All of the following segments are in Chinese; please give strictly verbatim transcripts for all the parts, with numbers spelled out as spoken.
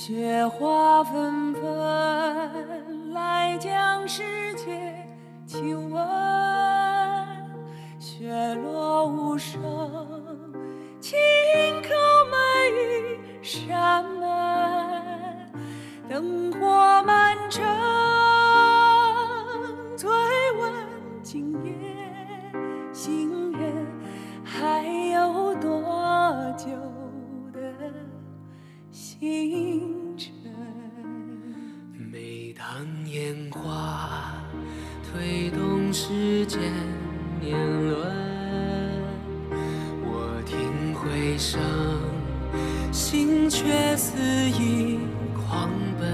雪花纷纷来将世界亲吻，雪落无声，轻叩每一扇门，灯火满城，醉问今夜行人还有多久的星辰。 每当烟花推动时间年轮，我听回声，心却肆意狂奔，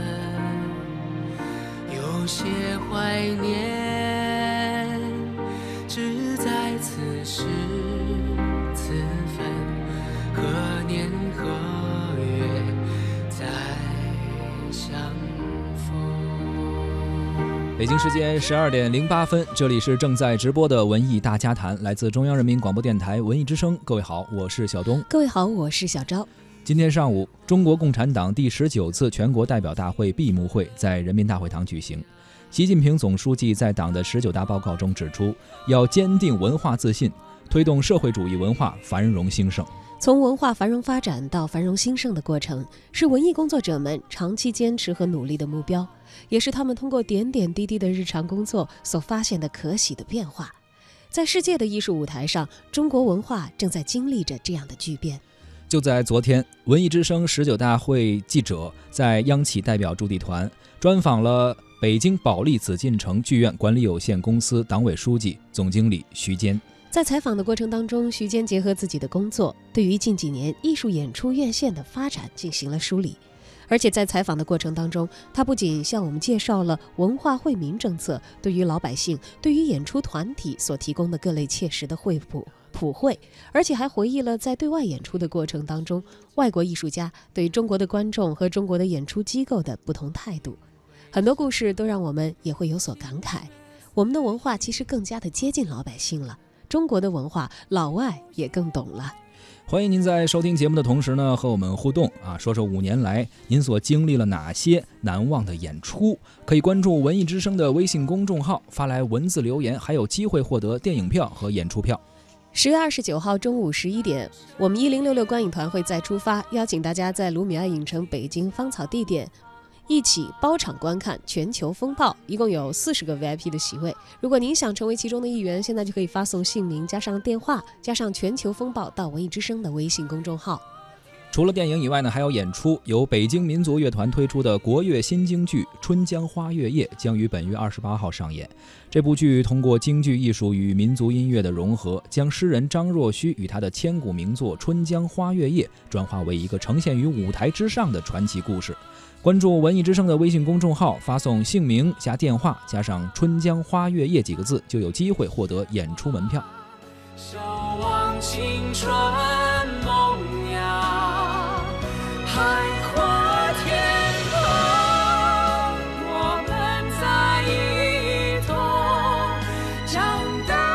有些怀念只在此时此分，何年何月再相逢。 北京时间十二点零八分，这里是正在直播的文艺大家谈，来自中央人民广播电台文艺之声。各位好，我是小东。 各位好，我是小昭。 今天上午，中国共产党第十九次全国代表大会闭幕会在人民大会堂举行。习近平总书记在党的十九大报告中指出，要坚定文化自信，推动社会主义文化繁荣兴盛。 从文化繁荣发展到繁荣兴盛的过程，是文艺工作者们长期坚持和努力的目标，也是他们通过点点滴滴的日常工作所发现的可喜的变化。在世界的艺术舞台上，中国文化正在经历着这样的巨变。 就在昨天，文艺之声十九大会记者在央企代表驻地团专访了北京保利紫禁城剧院管理有限公司党委书记、总经理徐坚。 在采访的过程当中，徐坚结合自己的工作，对于近几年艺术演出院线的发展进行了梳理。而且在采访的过程当中，他不仅向我们介绍了文化惠民政策对于老百姓、对于演出团体所提供的各类切实的惠普普惠，而且还回忆了在对外演出的过程当中，外国艺术家对中国的观众和中国的演出机构的不同态度。很多故事都让我们也会有所感慨，我们的文化其实更加的接近老百姓了，中国的文化老外也更懂了。 欢迎您在收听节目的同时呢，和我们互动啊，说说五年来您所经历了哪些难忘的演出。可以关注文艺之声的微信公众号，发来文字留言，还有机会获得电影票和演出票。 十月二十九号中午十一点，我们一零六六观影团会再出发，邀请大家在卢米埃影城北京芳草地点一起包场观看《全球风暴》，一共有四十个 V I P 的席位。如果您想成为其中的一员，现在就可以发送姓名加上电话加上《全球风暴》到文艺之声的微信公众号。 除了电影以外呢，还有演出。由北京民族乐团推出的国乐新京剧《春江花月夜》将于本月二十八号上演。这部剧通过京剧艺术与民族音乐的融合，将诗人张若虚与他的千古名作《春江花月夜》转化为一个呈现于舞台之上的传奇故事。关注文艺之声的微信公众号，发送姓名加电话加上春江花月夜几个字，就有机会获得演出门票。 守望青春梦呀，海阔天空，我们在一同长大。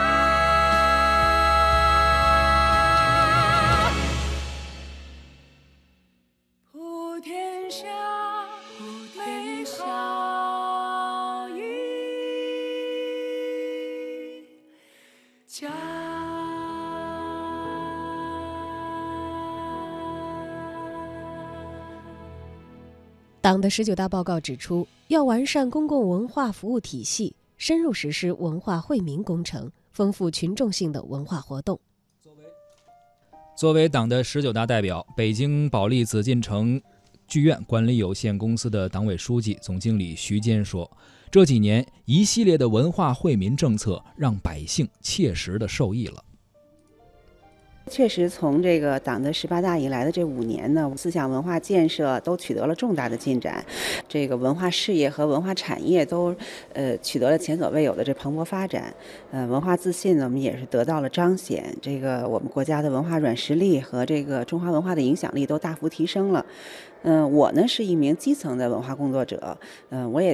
普天下美好一家。 党的十九大报告指出，要完善公共文化服务体系，深入实施文化惠民工程，丰富群众性的文化活动。 作为党的十九大代表，北京保利紫禁城剧院管理有限公司的党委书记、总经理徐坚说，这几年一系列的文化惠民政策让百姓切实的受益了。 确实，从这个党的十八大以来的这五年呢，思想文化建设都取得了重大的进展，这个文化事业和文化产业都呃取得了前所未有的这蓬勃发展。呃，文化自信呢，我们也是得到了彰显，这个我们国家的文化软实力和这个中华文化的影响力都大幅提升了。嗯、呃，我呢是一名基层的文化工作者，嗯、呃，我也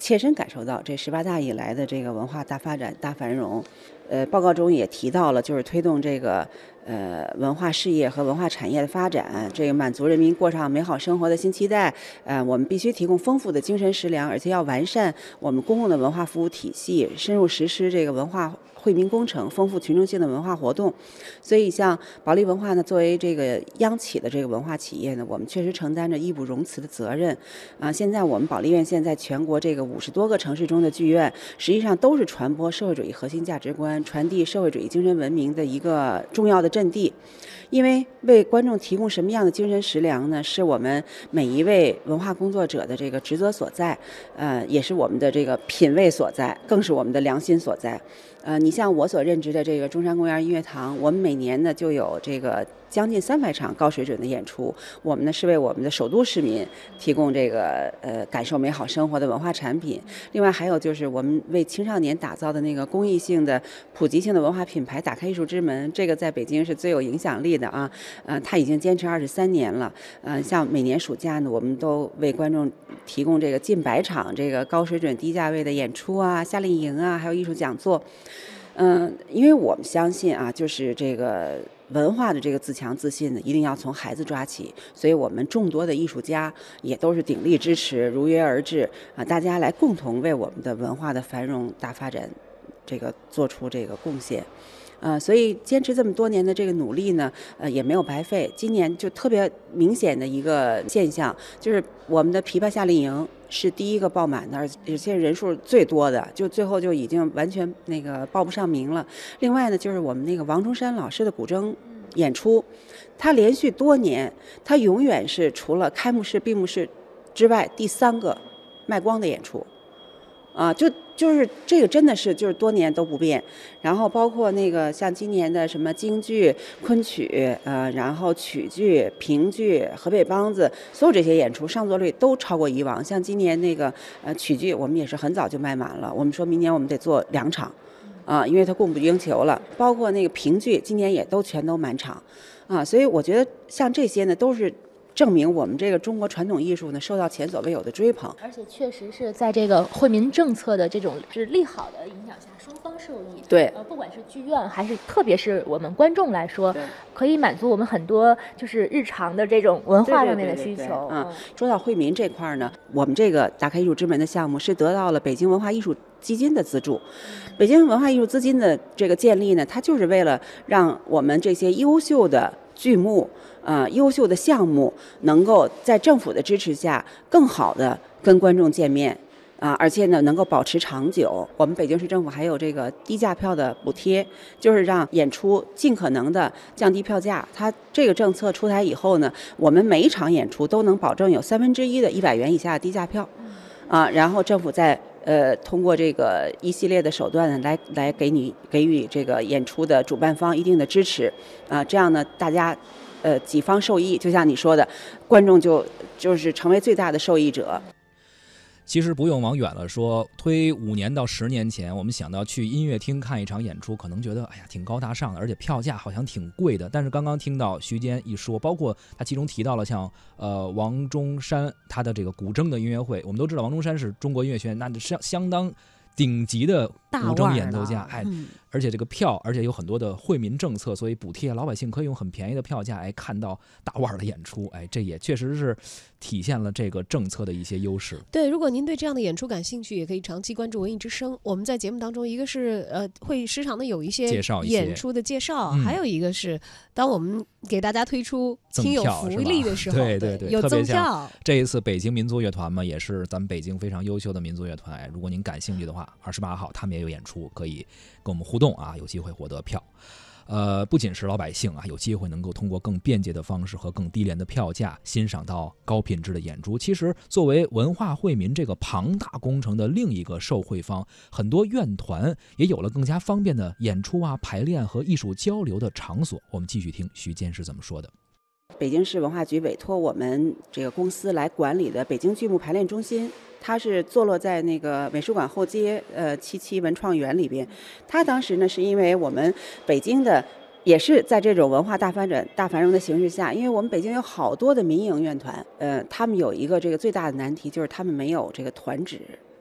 切身感受到这十八大以来的这个文化大发展、大繁荣。呃，报告中也提到了，就是推动这个呃文化事业和文化产业的发展，这个满足人民过上美好生活的新期待。呃，我们必须提供丰富的精神食粮，而且要完善我们公共的文化服务体系，深入实施这个文化惠民工程，丰富群众性的文化活动。所以，像保利文化呢，作为这个央企的这个文化企业呢，我们确实承担着义不容辞的责任。啊，现在我们保利院线在全国这个五十多个城市中的剧院，实际上都是传播社会主义核心价值观、传递社会主义精神文明的一个重要的阵地。因为为观众提供什么样的精神食粮呢，是我们每一位文化工作者的这个职责所在，呃，也是我们的这个品味所在，更是我们的良心所在。呃，你像我所任职的这个中山公园音乐堂，我们每年呢就有这个将近三百场高水准的演出。我们呢是为我们的首都市民提供这个呃感受美好生活的文化产品。另外还有就是我们为青少年打造的那个公益性的、普及性的文化品牌“打开艺术之门”，这个在北京是最有影响力的啊。呃，它已经坚持二十三年了。呃，像每年暑假呢，我们都为观众提供这个近百场这个高水准、低价位的演出啊、夏令营啊，还有艺术讲座。嗯，因为我们相信啊，就是这个文化的这个自强自信呢，一定要从孩子抓起。所以我们众多的艺术家也都是鼎力支持，如约而至啊，大家来共同为我们的文化的繁荣大发展这个做出这个贡献。呃，所以坚持这么多年的这个努力呢，呃，也没有白费。今年就特别明显的一个现象，就是我们的琵琶夏令营是第一个报满的，而且人数最多的，就最后就已经完全那个报不上名了。另外呢，就是我们那个王中山老师的古筝演出，他连续多年，他永远是除了开幕式、闭幕式之外第三个卖光的演出。啊，就就是这个真的是就是多年都不变，然后包括那个像今年的什么京剧、昆曲，呃，然后曲剧、评剧、河北梆子，所有这些演出上座率都超过以往。像今年那个呃曲剧，我们也是很早就卖满了，我们说明年我们得做两场，啊，因为它供不应求了。包括那个评剧，今年也都全都满场，啊，所以我觉得像这些呢都是证明我们这个中国传统艺术呢受到前所未有的追捧， 而且确实是在这个惠民政策的这种是利好的影响下，双方受益。 对， 呃，不管是剧院还是特别是我们观众来说，可以满足我们很多就是日常的这种文化上面的需求。 啊、嗯，说到惠民这块呢，我们这个打开艺术之门的项目是得到了北京文化艺术基金的资助。北京文化艺术资金的这个建立呢，它就是为了让我们这些优秀的剧目，呃，优秀的项目能够在政府的支持下更好的跟观众见面啊，而且呢能够保持长久。我们北京市政府还有这个低价票的补贴，就是让演出尽可能的降低票价。它这个政策出台以后呢，我们每一场演出都能保证有三分之一的一百元以下的低价票啊，然后政府在呃，通过这个一系列的手段呢，来来给你给予这个演出的主办方一定的支持，啊，这样呢，大家，呃，几方受益，就像你说的，观众就就是成为最大的受益者。 其实不用往远了说，推五年到十年前，我们想到去音乐厅看一场演出，可能觉得哎呀挺高大上的，而且票价好像挺贵的。但是刚刚听到徐坚一说，包括他其中提到了像呃王中山他的这个古筝的音乐会，我们都知道王中山是中国音乐学院那相相当顶级的古筝演奏家，哎、嗯，而且这个票，而且有很多的惠民政策，所以补贴老百姓可以用很便宜的票价哎看到大腕的演出，哎，这也确实是体现了这个政策的一些优势。 对，如果您对这样的演出感兴趣，也可以长期关注文艺之声。我们在节目当中，一个是呃会时常的有一些演出的介绍， 嗯、 还有一个是当我们给大家推出挺有福利的时候， 对对对， 有赠票。 这一次北京民族乐团嘛，也是咱们北京非常优秀的民族乐团。哎，如果您感兴趣的话，二十八号他们也有演出，可以跟我们互动啊，有机会获得票。呃，不仅是老百姓啊，有机会能够通过更便捷的方式和更低廉的票价欣赏到高品质的演出。其实，作为文化惠民这个庞大工程的另一个受惠方，很多院团也有了更加方便的演出啊、排练和艺术交流的场所。我们继续听徐坚是怎么说的。 北京市文化局委托我们这个公司来管理的北京剧目排练中心，它是坐落在那个美术馆后街呃七七文创园里边。它当时呢是因为我们北京的也是在这种文化大发展大繁荣的形势下，因为我们北京有好多的民营院团，呃，他们有一个这个最大的难题就是他们没有这个团址。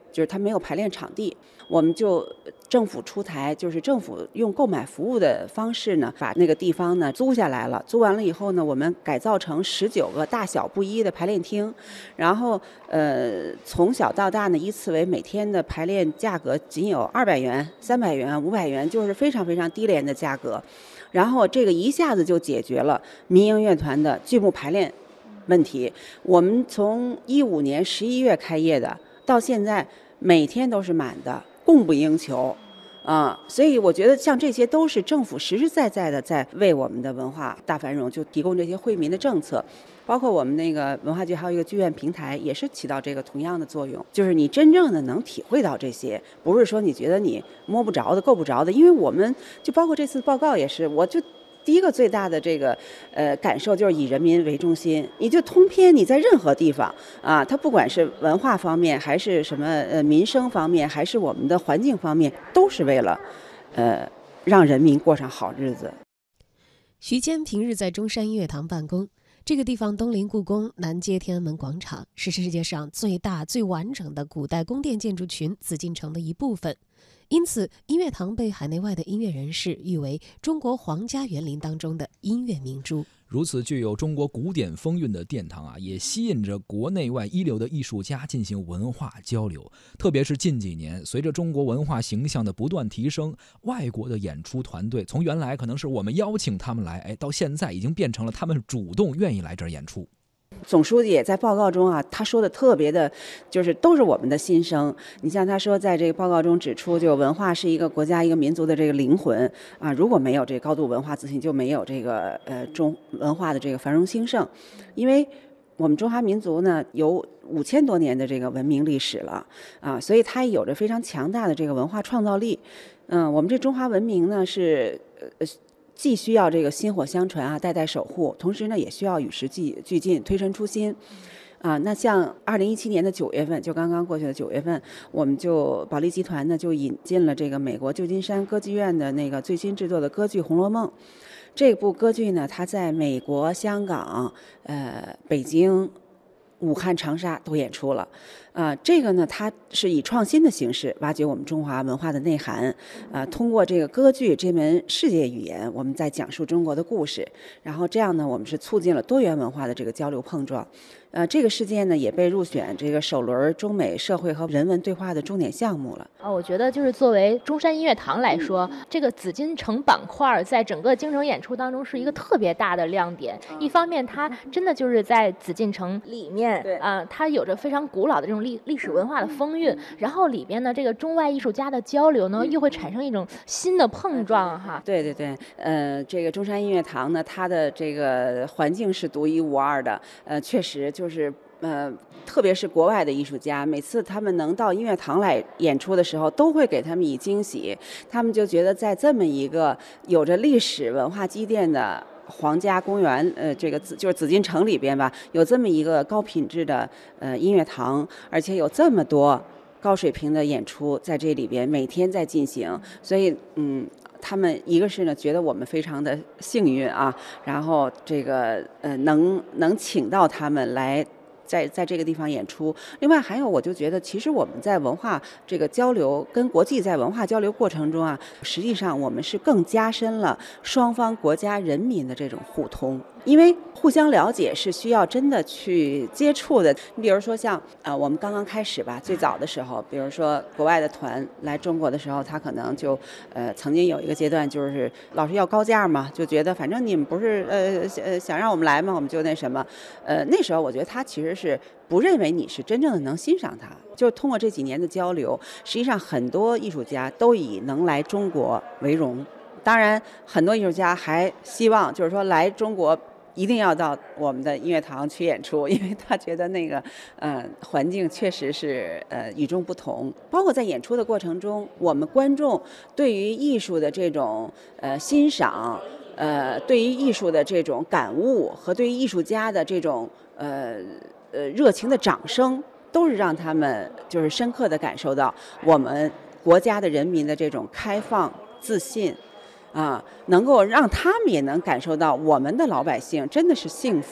就是它没有排练场地，我们就政府出台，就是政府用购买服务的方式呢，把那个地方呢租下来了。租完了以后呢，我们改造成十九个大小不一的排练厅，然后呃从小到大呢，依次为每天的排练价格仅有二百元、三百元、五百元，就是非常非常低廉的价格。然后这个一下子就解决了民营乐团的剧目排练问题。我们从一五年十一月开业的，到现在每天都是满的，供不应求啊、呃！所以我觉得像这些都是政府实实在在的在为我们的文化大繁荣就提供这些惠民的政策。包括我们那个文化局还有一个剧院平台，也是起到这个同样的作用，就是你真正的能体会到这些，不是说你觉得你摸不着的、够不着的。因为我们就包括这次报告也是，我就第一个最大的这个呃感受就是以人民为中心。你就通篇你在任何地方啊，它不管是文化方面，还是什么呃民生方面，还是我们的环境方面，都是为了呃让人民过上好日子。 徐坚平日在中山音乐堂办公。这个地方东临故宫，南接天安门广场，是世界上最大最完整的古代宫殿建筑群紫禁城的一部分。因此，音乐堂被海内外的音乐人士誉为中国皇家园林当中的音乐明珠。 如此具有中国古典风韵的殿堂啊，也吸引着国内外一流的艺术家进行文化交流。特别是近几年，随着中国文化形象的不断提升，外国的演出团队从原来可能是我们邀请他们来，哎，到现在已经变成了他们主动愿意来这儿演出。 总书记也在报告中啊，他说的特别的，就是都是我们的心声。你像他说，在这个报告中指出，就文化是一个国家一个民族的这个灵魂啊，如果没有这个高度文化自信，就没有这个呃中文化的这个繁荣兴盛。因为我们中华民族呢有五千多年的这个文明历史了啊，所以它也有着非常强大的这个文化创造力。嗯，我们这中华文明呢是呃。既需要这个薪火相传啊，代代守护，同时呢，也需要与时俱进，推陈出新。啊，那像二零一七年的九月份，就刚刚过去的九月份，我们就保利集团呢就引进了这个美国旧金山歌剧院的那个最新制作的歌剧《红楼梦》。这部歌剧呢，它在美国、香港、呃北京、武汉、长沙都演出了。啊、呃，这个呢，它是以创新的形式挖掘我们中华文化的内涵，啊、呃，通过这个歌剧这门世界语言，我们在讲述中国的故事，然后这样呢，我们是促进了多元文化的这个交流碰撞。呃，这个事件呢，也被入选这个首轮中美社会和人文对话的重点项目了。 啊，我觉得就是作为中山音乐堂来说，嗯、这个紫禁城板块在整个京城演出当中是一个特别大的亮点。嗯、一方面，它真的就是在紫禁城里面， 对啊、呃，它有着非常古老的这种历历史文化的风韵，然后里边呢，这个中外艺术家的交流呢，又会产生一种新的碰撞哈。 对对对，呃，这个中山音乐堂呢，它的这个环境是独一无二的，呃，确实。就是呃，特别是国外的艺术家，每次他们能到音乐堂来演出的时候，都会给他们以惊喜。他们就觉得在这么一个有着历史文化积淀的皇家公园，呃，这个就是紫禁城里边吧，有这么一个高品质的呃音乐堂，而且有这么多高水平的演出在这里边每天在进行，所以嗯。他们一个是呢，觉得我们非常的幸运啊，然后这个呃能能请到他们来在在这个地方演出。另外还有，我就觉得其实我们在文化这个交流跟国际在文化交流过程中啊，实际上我们是更加深了双方国家人民的这种互通。因为互相了解是需要真的去接触的。你比如说像呃我们刚刚开始吧，最早的时候，比如说国外的团来中国的时候，他可能就呃曾经有一个阶段就是老是要高价嘛，就觉得反正你们不是呃呃想让我们来嘛，我们就那什么。呃那时候我觉得他其实是不认为你是真正的能欣赏他。就是通过这几年的交流，实际上很多艺术家都以能来中国为荣。当然很多艺术家还希望就是说来中国一定要到我们的音乐堂去演出，因为他觉得那个呃环境确实是呃与众不同。包括在演出的过程中，我们观众对于艺术的这种呃欣赏，呃对于艺术的这种感悟和对于艺术家的这种呃呃热情的掌声，都是让他们就是深刻地感受到我们国家的人民的这种开放自信。啊，能够让他们也能感受到我们的老百姓真的是幸福，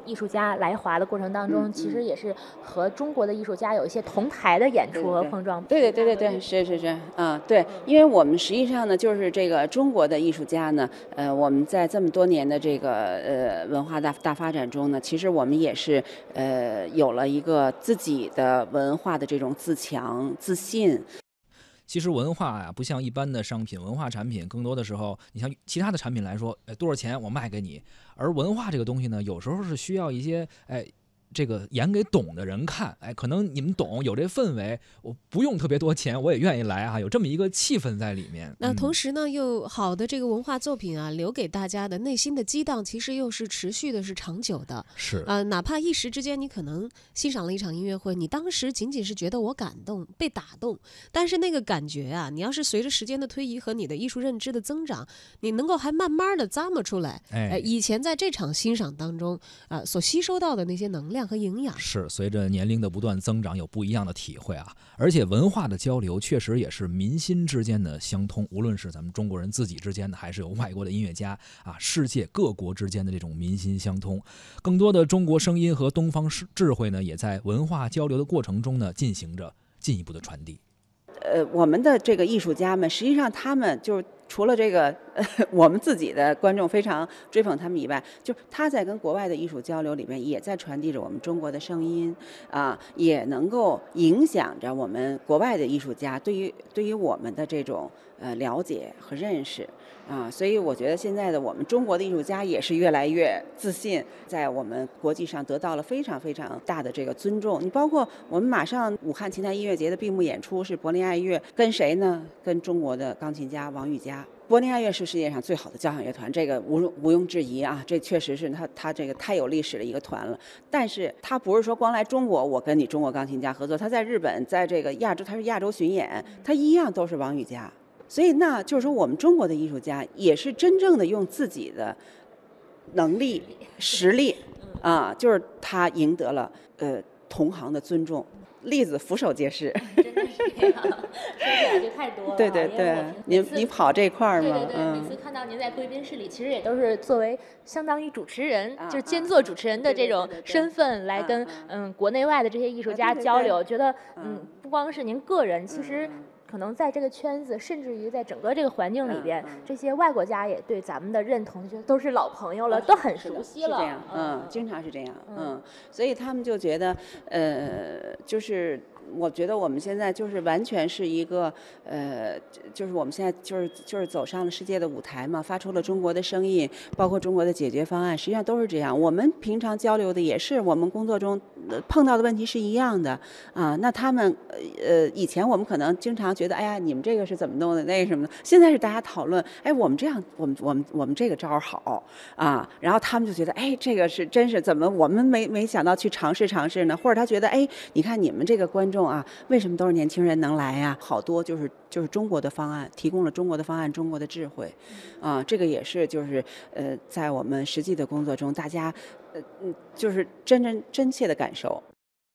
艺术家来华的过程当中，其实也是和中国的艺术家有一些同台的演出和碰撞。 对对对对对，是是是，啊，对，因为我们实际上呢，就是这个中国的艺术家呢，呃，我们在这么多年的这个呃文化大大发展中呢，其实我们也是呃有了一个自己的文化的这种自强自信。 其实文化呀、啊，不像一般的商品，文化产品更多的时候，你像其他的产品来说，哎，多少钱我卖给你，而文化这个东西呢，有时候是需要一些哎。这个演给懂的人看，哎，可能你们懂，有这氛围，我不用特别多钱，我也愿意来啊，有这么一个气氛在里面。 那同时呢，又好的这个文化作品啊，留给大家的内心的激荡，其实又是持续的，是长久的。 是呃，哪怕一时之间，你可能欣赏了一场音乐会，你当时仅仅是觉得我感动、被打动，但是那个感觉啊，你要是随着时间的推移和你的艺术认知的增长，你能够还慢慢的咂摸出来，哎，呃、以前在这场欣赏当中啊、呃、所吸收到的那些能量和营养， 是随着年龄的不断增长有不一样的体会啊。而且文化的交流确实也是民心之间的相通，无论是咱们中国人自己之间的，还是有外国的音乐家啊，世界各国之间的这种民心相通。更多的中国声音和东方智慧呢，也在文化交流的过程中呢，进行着进一步的传递。 呃，我们的这个艺术家们，实际上他们就除了这个、呃、我们自己的观众非常追捧他们以外，就他在跟国外的艺术交流里面，也在传递着我们中国的声音啊，也能够影响着我们国外的艺术家对于对于我们的这种呃了解和认识啊。所以我觉得现在的我们中国的艺术家也是越来越自信，在我们国际上得到了非常非常大的这个尊重。你包括我们马上武汉琴台音乐节的闭幕演出是柏林爱乐，跟谁呢？跟中国的钢琴家王玉佳。柏林爱乐是世界上最好的交响乐团，这个毋毋庸置疑啊，这确实是他他这个太有历史的一个团了。但是他不是说光来中国，我跟你中国钢琴家合作，他在日本，在这个亚洲，他是亚洲巡演，他一样都是王玉佳。所以那就是说，我们中国的艺术家也是真正的用自己的能力、实力啊，就是他赢得了呃同行的尊重。例子俯首皆是， 真的是这样，说起来就太多了。 对对对，您你跑这块儿吗？ 对对对， 嗯、 每次看到您在贵宾室里，其实也都是作为相当于主持人，啊、就是兼做主持人的这种身份来跟、啊、嗯国内外的这些艺术家交流，啊、对对对觉得嗯不光是您个人，其实。可能在这个圈子，甚至于在整个这个环境里边，嗯嗯、这些外国家也对咱们的认同，觉得都是老朋友了，嗯、都很熟悉了。 是这样，嗯，经常是这样，嗯，嗯所以他们就觉得，呃，就是我觉得我们现在就是完全是一个，呃，就是我们现在就是就是走上了世界的舞台嘛，发出了中国的声音，包括中国的解决方案，实际上都是这样。我们平常交流的也是我们工作中碰到的问题是一样的啊。那他们，呃，以前我们可能经常觉得，哎呀，你们这个是怎么弄的，那个什么的。现在是大家讨论，哎，我们这样，我们我们我们这个招好啊。然后他们就觉得，哎，这个是真是怎么我们没没想到去尝试尝试呢？或者他觉得，哎，你看你们这个观众啊，为什么都是年轻人能来呀？好多就是就是中国的方案，提供了中国的方案，中国的智慧，啊，这个也是就是呃，在我们实际的工作中，大家呃嗯，就是真真真切的感受。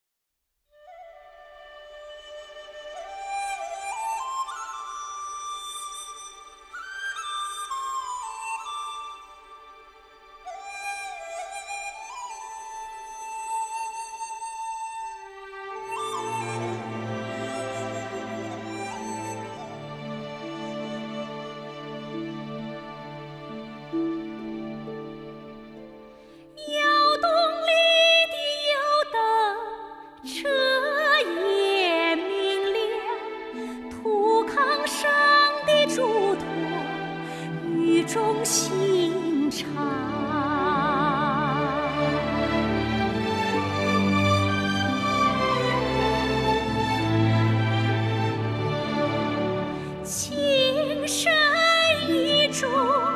中心肠，情深意重。